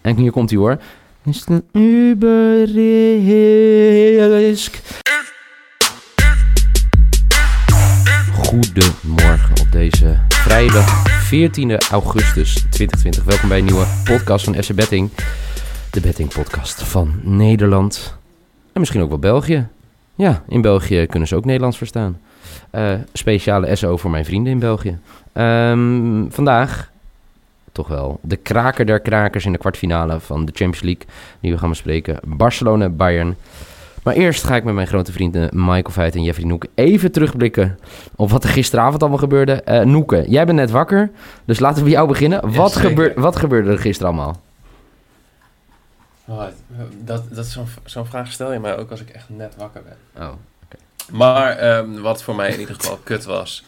En hier komt hij hoor. Is een Uberrisk. Goedemorgen op deze vrijdag 14 augustus 2020. Welkom bij een nieuwe podcast van FC Betting. De bettingpodcast van Nederland. En misschien ook wel België. Ja, in België kunnen ze ook Nederlands verstaan. Speciale SO voor mijn vrienden in België. Vandaag toch wel de kraker der krakers in de kwartfinale van de Champions League. Die we gaan bespreken. Barcelona-Bayern. Maar eerst ga ik met mijn grote vrienden Michael Veit en Jeffrey Noek even terugblikken op wat er gisteravond allemaal gebeurde. Noeke, jij bent net wakker, dus laten we bij jou beginnen. Ja, wat gebeurde er gisteren allemaal? Oh, dat zo'n vraag stel je mij ook als ik echt net wakker ben. Oh, oké. Maar wat voor mij in ieder geval kut was.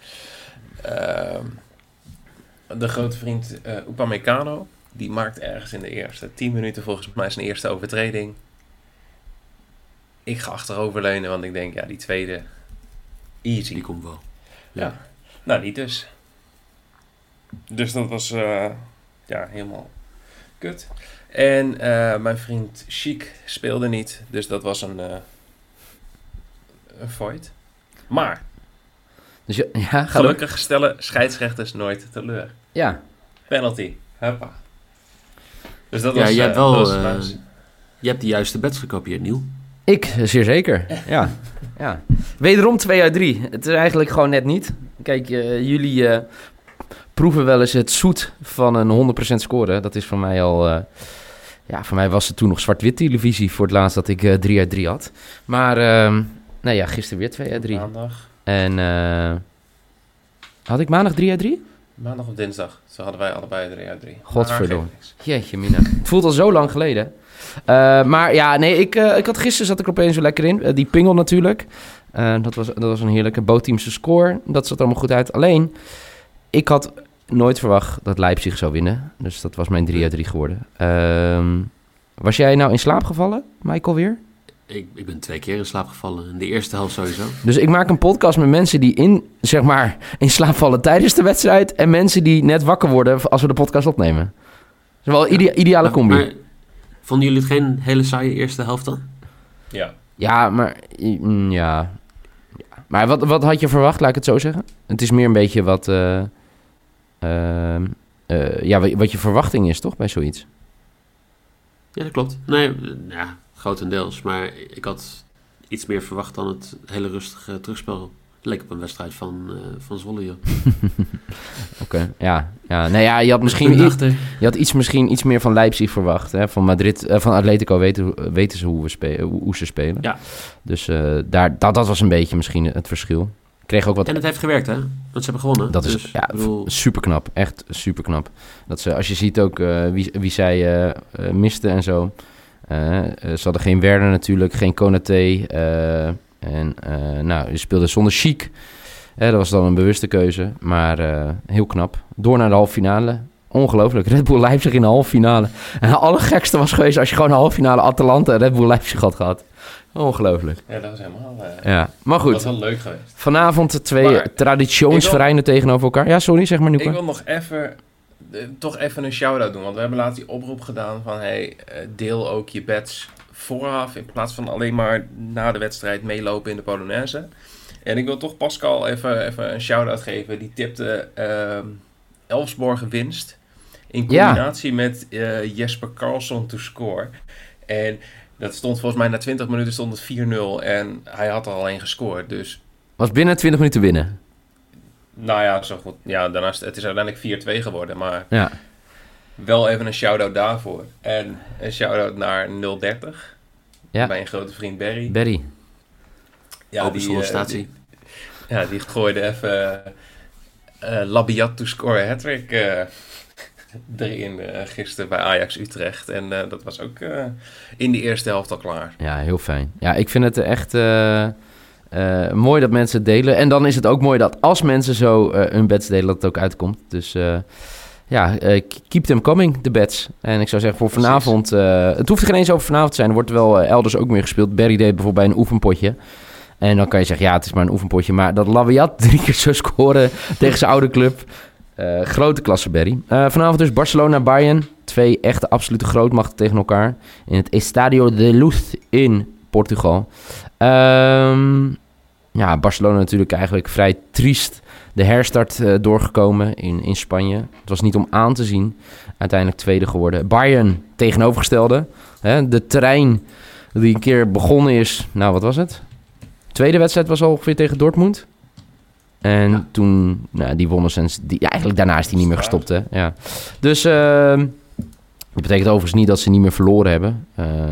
De grote vriend Upamecano, die maakt ergens in de eerste 10 minuten volgens mij zijn eerste overtreding. Ik ga achteroverleunen, want ik denk, ja, die tweede, easy. Die komt wel. Ja. Nou, niet dus. Dus dat was, helemaal kut. En mijn vriend Chic speelde niet, dus dat was een fight. Maar, Dus ja, gelukkig stellen scheidsrechters nooit teleur. Ja. Penalty, huppa. Dus dat Ja, was, jij hebt wel, dat was nice. je hebt de juiste bets gekopieerd, Niel. Ik, zeer zeker. Ja. Ja. Wederom 2 uit 3. Het is eigenlijk gewoon net niet. Kijk, jullie proeven wel eens het zoet van een 100% score. Dat is voor mij al... voor mij was het toen nog zwart-wit televisie voor het laatst dat ik 3 uit 3 had. Maar, gisteren weer 2 uit 3. Maandag. En had ik maandag 3 uit 3? Maandag of dinsdag. Zo hadden wij allebei 3 uit 3. Godverdomme. Jeetje mina. Het voelt al zo lang geleden. Ik had gisteren zat ik er opeens zo lekker in. Die pingel natuurlijk. Dat was een heerlijke bootteamse score. Dat zat er allemaal goed uit. Alleen, ik had nooit verwacht dat Leipzig zou winnen. Dus dat was mijn 3 uit 3 geworden. Was jij nou in slaap gevallen, Michael, weer? Ik ben 2 keer in slaap gevallen. In de eerste helft sowieso. Dus ik maak een podcast met mensen die in slaap vallen tijdens de wedstrijd. En mensen die net wakker worden als we de podcast opnemen. Dat is wel een ideale combi. Maar vonden jullie het geen hele saaie eerste helft dan? Ja. Ja, maar... Ja. Maar wat had je verwacht, laat ik het zo zeggen? Het is meer een beetje wat je verwachting is, toch, bij zoiets? Ja, dat klopt. Nee, ja, grotendeels. Maar ik had iets meer verwacht dan het hele rustige terugspel. Het leek op een wedstrijd van Zwolle, joh. Oké, ja. Je had misschien iets meer van Leipzig verwacht. Hè? Van Madrid, van Atletico weten ze hoe ze spelen. Ja. Dus dat was een beetje misschien het verschil. Kreeg ook wat... En het heeft gewerkt, hè? Want ze hebben gewonnen. Dat is dus, super knap. Echt super knap. Dat ze, als je ziet ook wie zij misten en zo. Ze hadden geen Werner natuurlijk, geen Konaté. Je speelde zonder Chic. Dat was dan een bewuste keuze. Maar heel knap. Door naar de halve finale. Ongelooflijk. Red Bull Leipzig in de halve finale. En het allergekste was geweest als je gewoon een halve finale Atalanta en Red Bull Leipzig had gehad. Ongelooflijk. Ja, dat was helemaal... ja, maar goed. Dat was wel leuk geweest. Vanavond 2 traditionsvereinen tegenover elkaar. Ja, sorry, zeg maar nu. Ik wil nog even een shout-out doen. Want we hebben laatst die oproep gedaan van... deel ook je bets vooraf in plaats van alleen maar na de wedstrijd meelopen in de Polonaise. En ik wil toch Pascal even een shout-out geven. Die tipte Elfsborg winst in combinatie met Jesper Karlsson to score. En dat stond volgens mij na 20 minuten stond het 4-0 en hij had er alleen gescoord. Dus was binnen 20 minuten winnen. Nou ja, zo goed. Ja, daarna het is uiteindelijk 4-2 geworden, maar ja. Wel even een shout-out daarvoor. En een shout-out naar 030. Ja. Bij een grote vriend Barry. Ja, open sollicitatie. Die gooide even Labiat to score hat-trick erin gisteren bij Ajax Utrecht. En dat was ook in de eerste helft al klaar. Ja, heel fijn. Ja, ik vind het echt mooi dat mensen het delen. En dan is het ook mooi dat als mensen zo hun bets delen, dat het ook uitkomt. Dus keep them coming, de bets. En ik zou zeggen voor vanavond... het hoeft er geen eens over vanavond te zijn. Er wordt wel elders ook meer gespeeld. Barry deed bijvoorbeeld bij een oefenpotje. En dan kan je zeggen, ja, het is maar een oefenpotje. Maar dat Labiat 3 keer zou scoren tegen zijn oude club... Grote klasse, Barry. Vanavond dus Barcelona-Bayern. 2 echte absolute grootmachten tegen elkaar. In het Estadio de Luz in Portugal. Barcelona natuurlijk eigenlijk vrij triest de herstart doorgekomen in Spanje. Het was niet om aan te zien. Uiteindelijk tweede geworden. Bayern tegenovergestelde. De terrein die een keer begonnen is. Nou, wat was het? Tweede wedstrijd was al ongeveer tegen Dortmund. En toen, die wonnen ze. Eigenlijk daarna is die niet meer gestopt. Hè? Ja. Dus dat betekent overigens niet dat ze niet meer verloren hebben.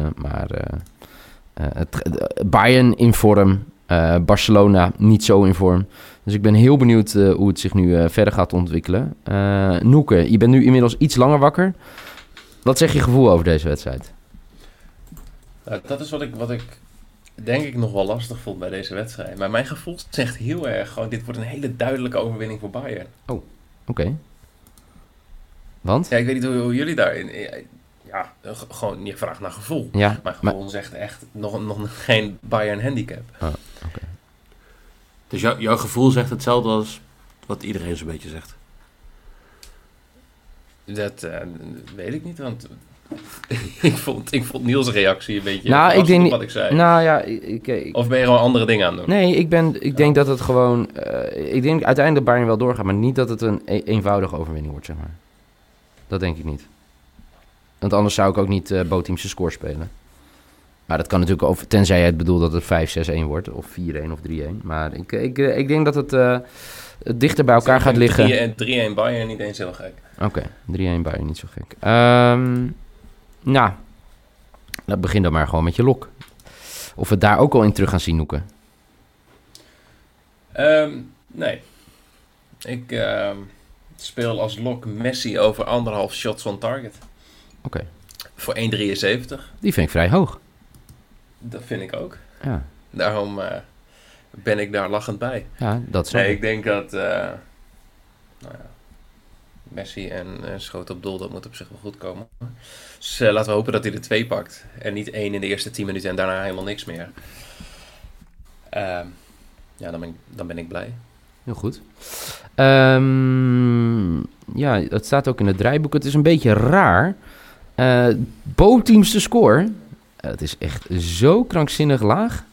Bayern in vorm. Barcelona niet zo in vorm. Dus ik ben heel benieuwd hoe het zich nu verder gaat ontwikkelen. Noeke, je bent nu inmiddels iets langer wakker. Wat zeg je gevoel over deze wedstrijd? Nou, dat is wat ik denk ik nog wel lastig vond bij deze wedstrijd. Maar mijn gevoel zegt heel erg gewoon, dit wordt een hele duidelijke overwinning voor Bayern. Oh, oké. Want? Ja, ik weet niet hoe jullie daarin... Ja, gewoon, je vraagt naar gevoel. Ja, mijn gevoel zegt echt nog geen Bayern handicap. Oh, oké. Dus jouw gevoel zegt hetzelfde als wat iedereen zo'n beetje zegt? Dat weet ik niet, want ik vond Niels' reactie een beetje ik denk wat ik zei. Nou ja, Of ben je gewoon andere dingen aan het doen? Nee, ik denk dat het gewoon... ik denk uiteindelijk dat Bayern wel doorgaat, maar niet dat het een eenvoudige overwinning wordt, zeg maar. Dat denk ik niet. Want anders zou ik ook niet Boteamse score spelen. Maar dat kan natuurlijk over, tenzij je het bedoelt dat het 5-6-1 wordt, of 4-1 of 3-1. Maar ik denk dat het dichter bij elkaar gaat liggen. 3-1 Bayern niet eens heel gek. Oké, 3-1 Bayern niet zo gek. Dan begin dan maar gewoon met je lok. Of we daar ook al in terug gaan zien, Noeke. Nee. Ik speel als lok Messi over 1,5 shots on target. Oké. Voor 1,73. Die vind ik vrij hoog. Dat vind ik ook. Ja. Daarom ben ik daar lachend bij. Ja, dat is ik denk dat Messi en schoot op doel, dat moet op zich wel goed komen. Dus laten we hopen dat hij er 2 pakt. En niet 1 in de eerste 10 minuten en daarna helemaal niks meer. Dan ben ik blij. Heel goed. Het staat ook in het draaiboek. Het is een beetje raar. Boteamse score. Het is echt zo krankzinnig laag.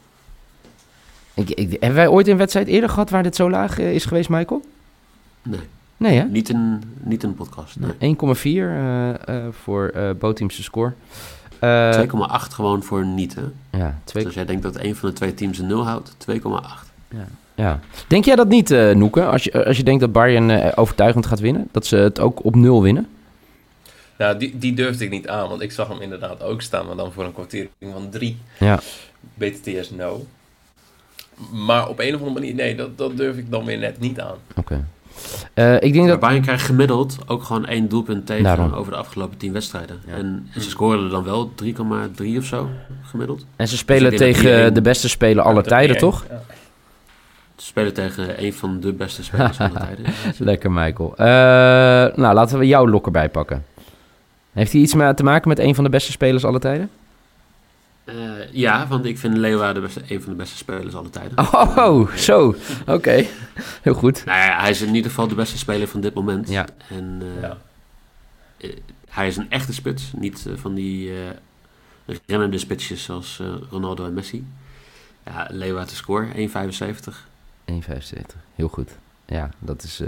Hebben wij ooit een wedstrijd eerder gehad waar dit zo laag is geweest, Michael? Nee. Nee, hè? Niet een podcast, nee. 1,4 voor Boteamse score. 2,8 gewoon voor niet, hè? Ja, Dus als jij denkt dat een van de 2 teams een 0 houdt, 2,8. Ja. Denk jij dat niet, Noeke? Als je denkt dat Bayern overtuigend gaat winnen, dat ze het ook op 0 winnen? Nou, die durfde ik niet aan, want ik zag hem inderdaad ook staan, maar dan voor een kwartiering van 3. Ja. BTTS no. Maar op een of andere manier, nee, dat durf ik dan weer net niet aan. Oké. Ik denk dat Bayern krijgt gemiddeld ook gewoon 1 doelpunt tegen Daarom. over de afgelopen 10 wedstrijden. Ja. En ze scoren er dan wel 3,3 of zo gemiddeld. En ze spelen tegen de beste speler aller tijden, toch? Ja. Ze spelen tegen een van de beste spelers aller tijden. Lekker, Michael. Laten we jouw lok erbij pakken. Heeft hij iets te maken met een van de beste spelers aller tijden? Ja, want ik vind Leeuwarden een van de beste spelers aller tijden. Oh, zo. Oké. Heel goed. Nou ja, hij is in ieder geval de beste speler van dit moment. Ja. En hij is een echte spits. Niet van die rennende spitsjes zoals Ronaldo en Messi. Ja, Leeuwarden score 1,75. 1,75. Heel goed. Ja, dat is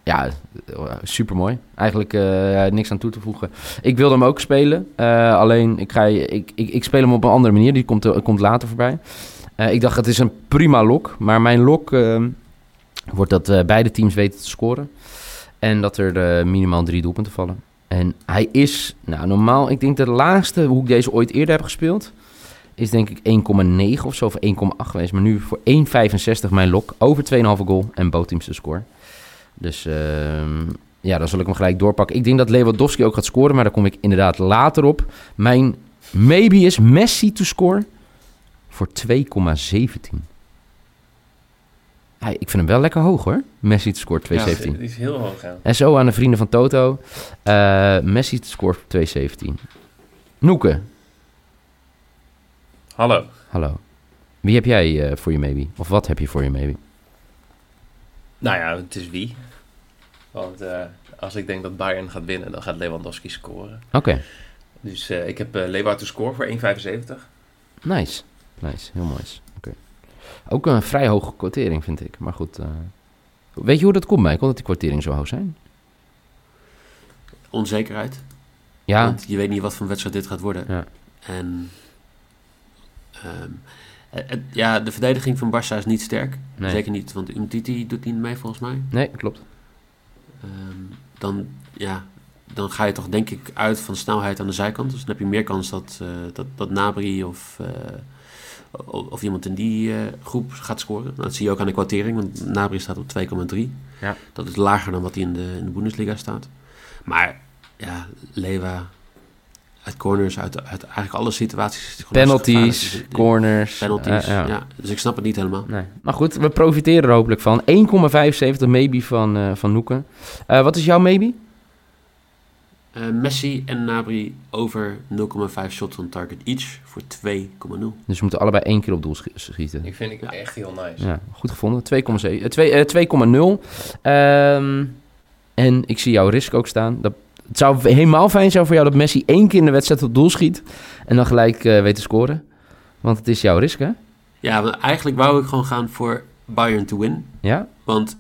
super mooi. Eigenlijk niks aan toe te voegen. Ik wilde hem ook spelen. Alleen ik speel hem op een andere manier. Die komt later voorbij. Ik dacht, het is een prima lok. Maar mijn lok wordt dat beide teams weten te scoren. En dat er minimaal 3 doelpunten vallen. En hij is, normaal, ik denk de laagste, hoe ik deze ooit eerder heb gespeeld, is denk ik 1,9 of zo, of 1,8 geweest. Maar nu voor 1,65 mijn lok, over 2,5 goal en Boteamse score. Dus dan zal ik hem gelijk doorpakken. Ik denk dat Lewandowski ook gaat scoren, maar daar kom ik inderdaad later op. Mijn maybe is Messi to score voor 2,17. Ik vind hem wel lekker hoog, hoor. Messi to score 2,17. Ja, die is heel hoog, ja. En zo aan de vrienden van Toto. Messi to score voor 2,17. Noeke. Hallo. Wie heb jij voor je maybe? Of wat heb je voor je maybe? Nou ja, het is wie. Want als ik denk dat Bayern gaat winnen, dan gaat Lewandowski scoren. Oké, Dus ik heb Leeuwarden to score voor 1,75. nice. Heel mooi. Oké. Ook een vrij hoge kwartering, vind ik. Maar goed, weet je hoe dat komt, Michael, dat die kwarteringen zo hoog zijn? Onzekerheid. Ja, Want je weet niet wat voor wedstrijd dit gaat worden. Ja. En de verdediging van Barça is niet sterk. Nee. Zeker niet, want Umtiti doet niet mee volgens mij. Nee, klopt. Dan ga je toch denk ik uit van snelheid aan de zijkant. Dus dan heb je meer kans dat Gnabry of iemand in die groep gaat scoren. Dat zie je ook aan de kwartering, want Gnabry staat op 2,3. Ja. Dat is lager dan wat hij in de Bundesliga staat. Maar ja, Lewa uit corners, uit eigenlijk alle situaties. Penalties, corners. Penalties, Dus ik snap het niet helemaal. Nee. Maar goed, we profiteren er hopelijk van. 1,75 maybe van Noeken. Wat is jouw maybe? Messi en Gnabry over 0,5 shots on target each voor 2,0. Dus we moeten allebei 1 keer op doel schieten. Die vind ik echt heel nice. Ja, goed gevonden. 2,0. En ik zie jouw risk ook staan. Het zou helemaal fijn zijn voor jou dat Messi 1 keer in de wedstrijd op doel schiet. En dan gelijk weet te scoren. Want het is jouw risk, hè? Ja, maar eigenlijk wou ik gewoon gaan voor Bayern to win. Ja? Want?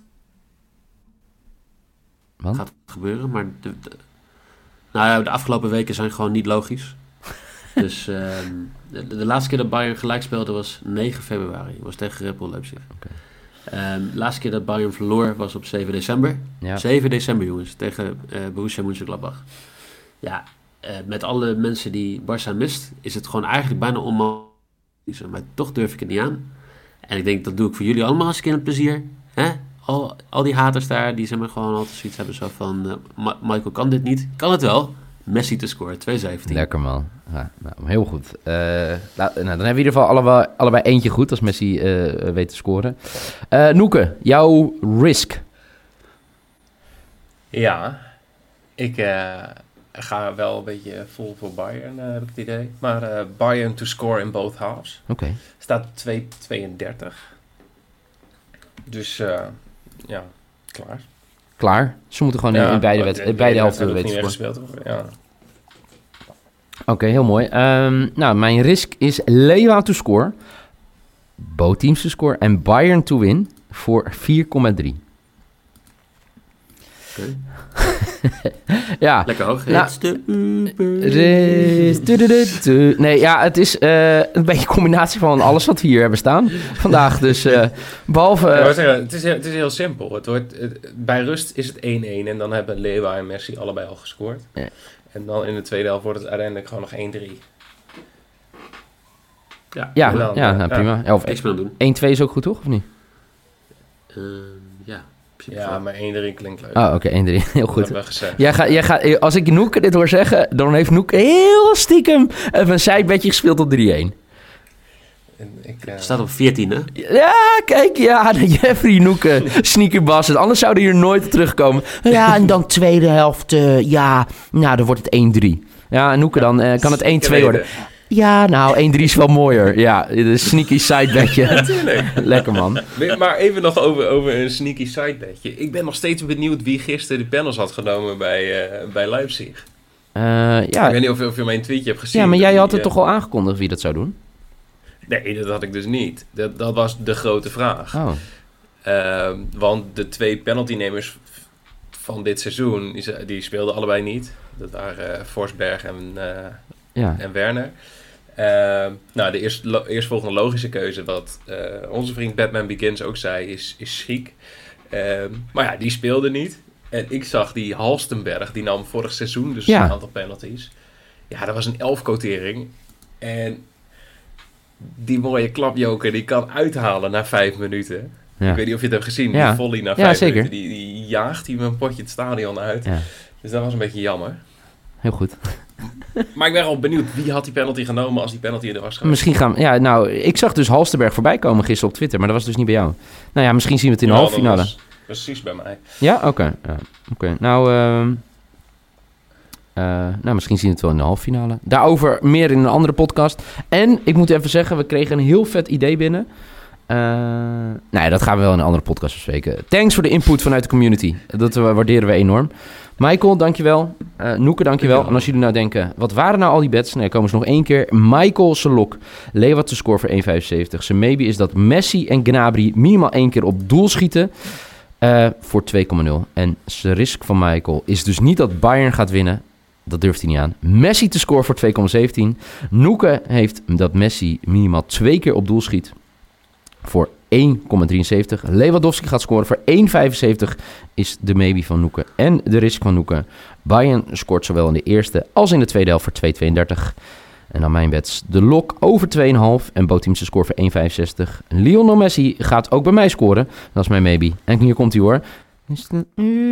Gaat gebeuren, maar de afgelopen weken zijn gewoon niet logisch. Dus de laatste keer dat Bayern gelijk speelde was 9 februari. Was tegen Red Bull Leipzig. Okay. De laatste keer dat Bayern verloor was op 7 december. Ja. 7 december, jongens, tegen Borussia Mönchengladbach. Ja, met alle mensen die Barça mist, is het gewoon eigenlijk bijna onmogelijk. Maar toch durf ik het niet aan. En ik denk, dat doe ik voor jullie allemaal eens een keer een plezier. Hè? Al die haters daar, die zeg maar gewoon altijd zoiets hebben zo van... Michael kan dit niet. Kan het wel. Messi te scoren, 2,17. Lekker, man. Ja, nou, heel goed. Dan hebben we in ieder geval allebei eentje goed als Messi weet te scoren. Noeke, jouw risk? Ja, ik ga wel een beetje vol voor Bayern, heb ik het idee. Maar Bayern to score in both halves. Oké. Staat 2,32. Dus ja, klaar. Klaar? Ze moeten gewoon in beide helften weten te scoren. Ja. Oké, heel mooi. Mijn risk is Lewa to score, both teams to score en Bayern to win voor 4,3. Okay. Ja. Lekker hoog. Nee, ja, het is een beetje een combinatie van alles wat we hier hebben staan vandaag. Dus behalve... het is heel simpel. Bij rust is het 1-1 en dan hebben Lewa en Messi allebei al gescoord. Ja. En dan in de tweede helft wordt het uiteindelijk gewoon nog 1-3. Ja, prima. Ja, of 1-2 is ook goed, toch? Of niet? Ja, maar 1-3 klinkt leuk. Oh, oké, 1-3. Heel goed. Dat jij gaat, als ik Noeke dit hoor zeggen, dan heeft Noeke heel stiekem even een sidebedje gespeeld op 3-1. Het staat op 14, hè? Ja, kijk, Jeffrey Noeke, sneaker bastard. Anders zouden hier nooit op terugkomen. Ja, en dan tweede helft, dan wordt het 1-3. Ja, en Noeke, dan kan het 1-2 worden. Ja, 1-3 is wel mooier. Ja, de sneaky sidebedje. Natuurlijk. Lekker, man. Maar even nog over een sneaky sidebedje. Ik ben nog steeds benieuwd wie gisteren de panels had genomen bij Leipzig. Ik weet niet of je mijn tweetje hebt gezien. Ja, maar jij had het toch al aangekondigd wie dat zou doen? Nee, dat had ik dus niet. Dat was de grote vraag. Oh. Want de 2 penaltynemers van dit seizoen, die speelden allebei niet. Dat waren Forsberg en Werner. De eerstvolgende logische keuze, wat onze vriend Batman Begins ook zei, is Schiek. Maar ja, die speelde niet. En ik zag die Halstenberg, die nam vorig seizoen dus een aantal penalties. Ja, dat was een 11-quotering. En die mooie klapjoker, die kan uithalen na 5 minuten. Ja. Ik weet niet of je het hebt gezien, die volley na 5 minuten. Die jaagt hij met een potje het stadion uit. Ja. Dus dat was een beetje jammer. Heel goed. Maar ik ben al benieuwd, wie had die penalty genomen als die penalty er was geweest? Misschien ik zag dus Halstenberg voorbij komen gisteren op Twitter, maar dat was dus niet bij jou. Nou ja, misschien zien we het in de halve finale. Dat was precies bij mij. Ja? Oké. Misschien zien we het wel in de halve finale. Daarover meer in een andere podcast. En ik moet even zeggen, we kregen een heel vet idee binnen. Dat gaan we wel in een andere podcast bespreken. Thanks voor de input vanuit de community. Dat waarderen we enorm. Michael, dankjewel. Noeke, dankjewel. En als jullie nou denken, wat waren nou al die bets? Nee, komen ze nog 1 keer. Michael Selok, Leeuwarden te score voor 1,75. Zijn maybe is dat Messi en Gnabry minimaal 1 keer op doel schieten voor 2,0. En zijn risk van Michael is dus niet dat Bayern gaat winnen. Dat durft hij niet aan. Messi te score voor 2,17. Noeke heeft dat Messi minimaal 2 keer op doel schiet voor 1,73. Lewandowski gaat scoren voor 1,75 is de maybe van Noeke en de risk van Noeke. Bayern scoort zowel in de eerste als in de tweede helft voor 2,32. En dan mijn bets. De lok over 2,5 en bootteams score voor 1,65. Lionel Messi gaat ook bij mij scoren. Dat is mijn maybe. En hier komt hij hoor. Is een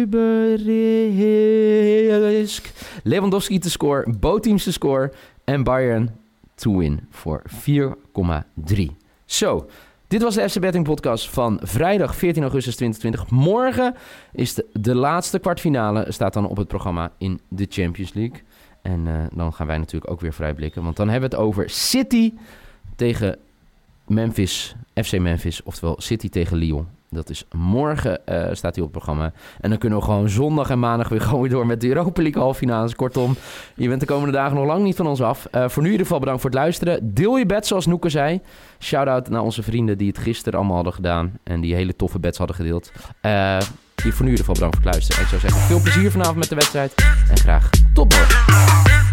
Uber-risk. Lewandowski te score, bootteams te score en Bayern to win voor 4,3. Zo. Dit was de FC Betting podcast van vrijdag 14 augustus 2020. Morgen is de laatste kwartfinale, staat dan op het programma in de Champions League. En dan gaan wij natuurlijk ook weer vooruitblikken. Want dan hebben we het over City tegen Memphis, FC Memphis, oftewel City tegen Lyon. Dat is morgen, staat hij op het programma. En dan kunnen we gewoon zondag en maandag weer gewoon weer door met de Europa League halffinales. Kortom, je bent de komende dagen nog lang niet van ons voor nu in ieder geval bedankt voor het luisteren. Deel je bets zoals Noeke zei. Shout-out naar onze vrienden die het gisteren allemaal hadden gedaan. En die hele toffe bets hadden gedeeld. Voor nu in ieder geval bedankt voor het luisteren. En ik zou zeggen, veel plezier vanavond met de wedstrijd. En graag tot morgen.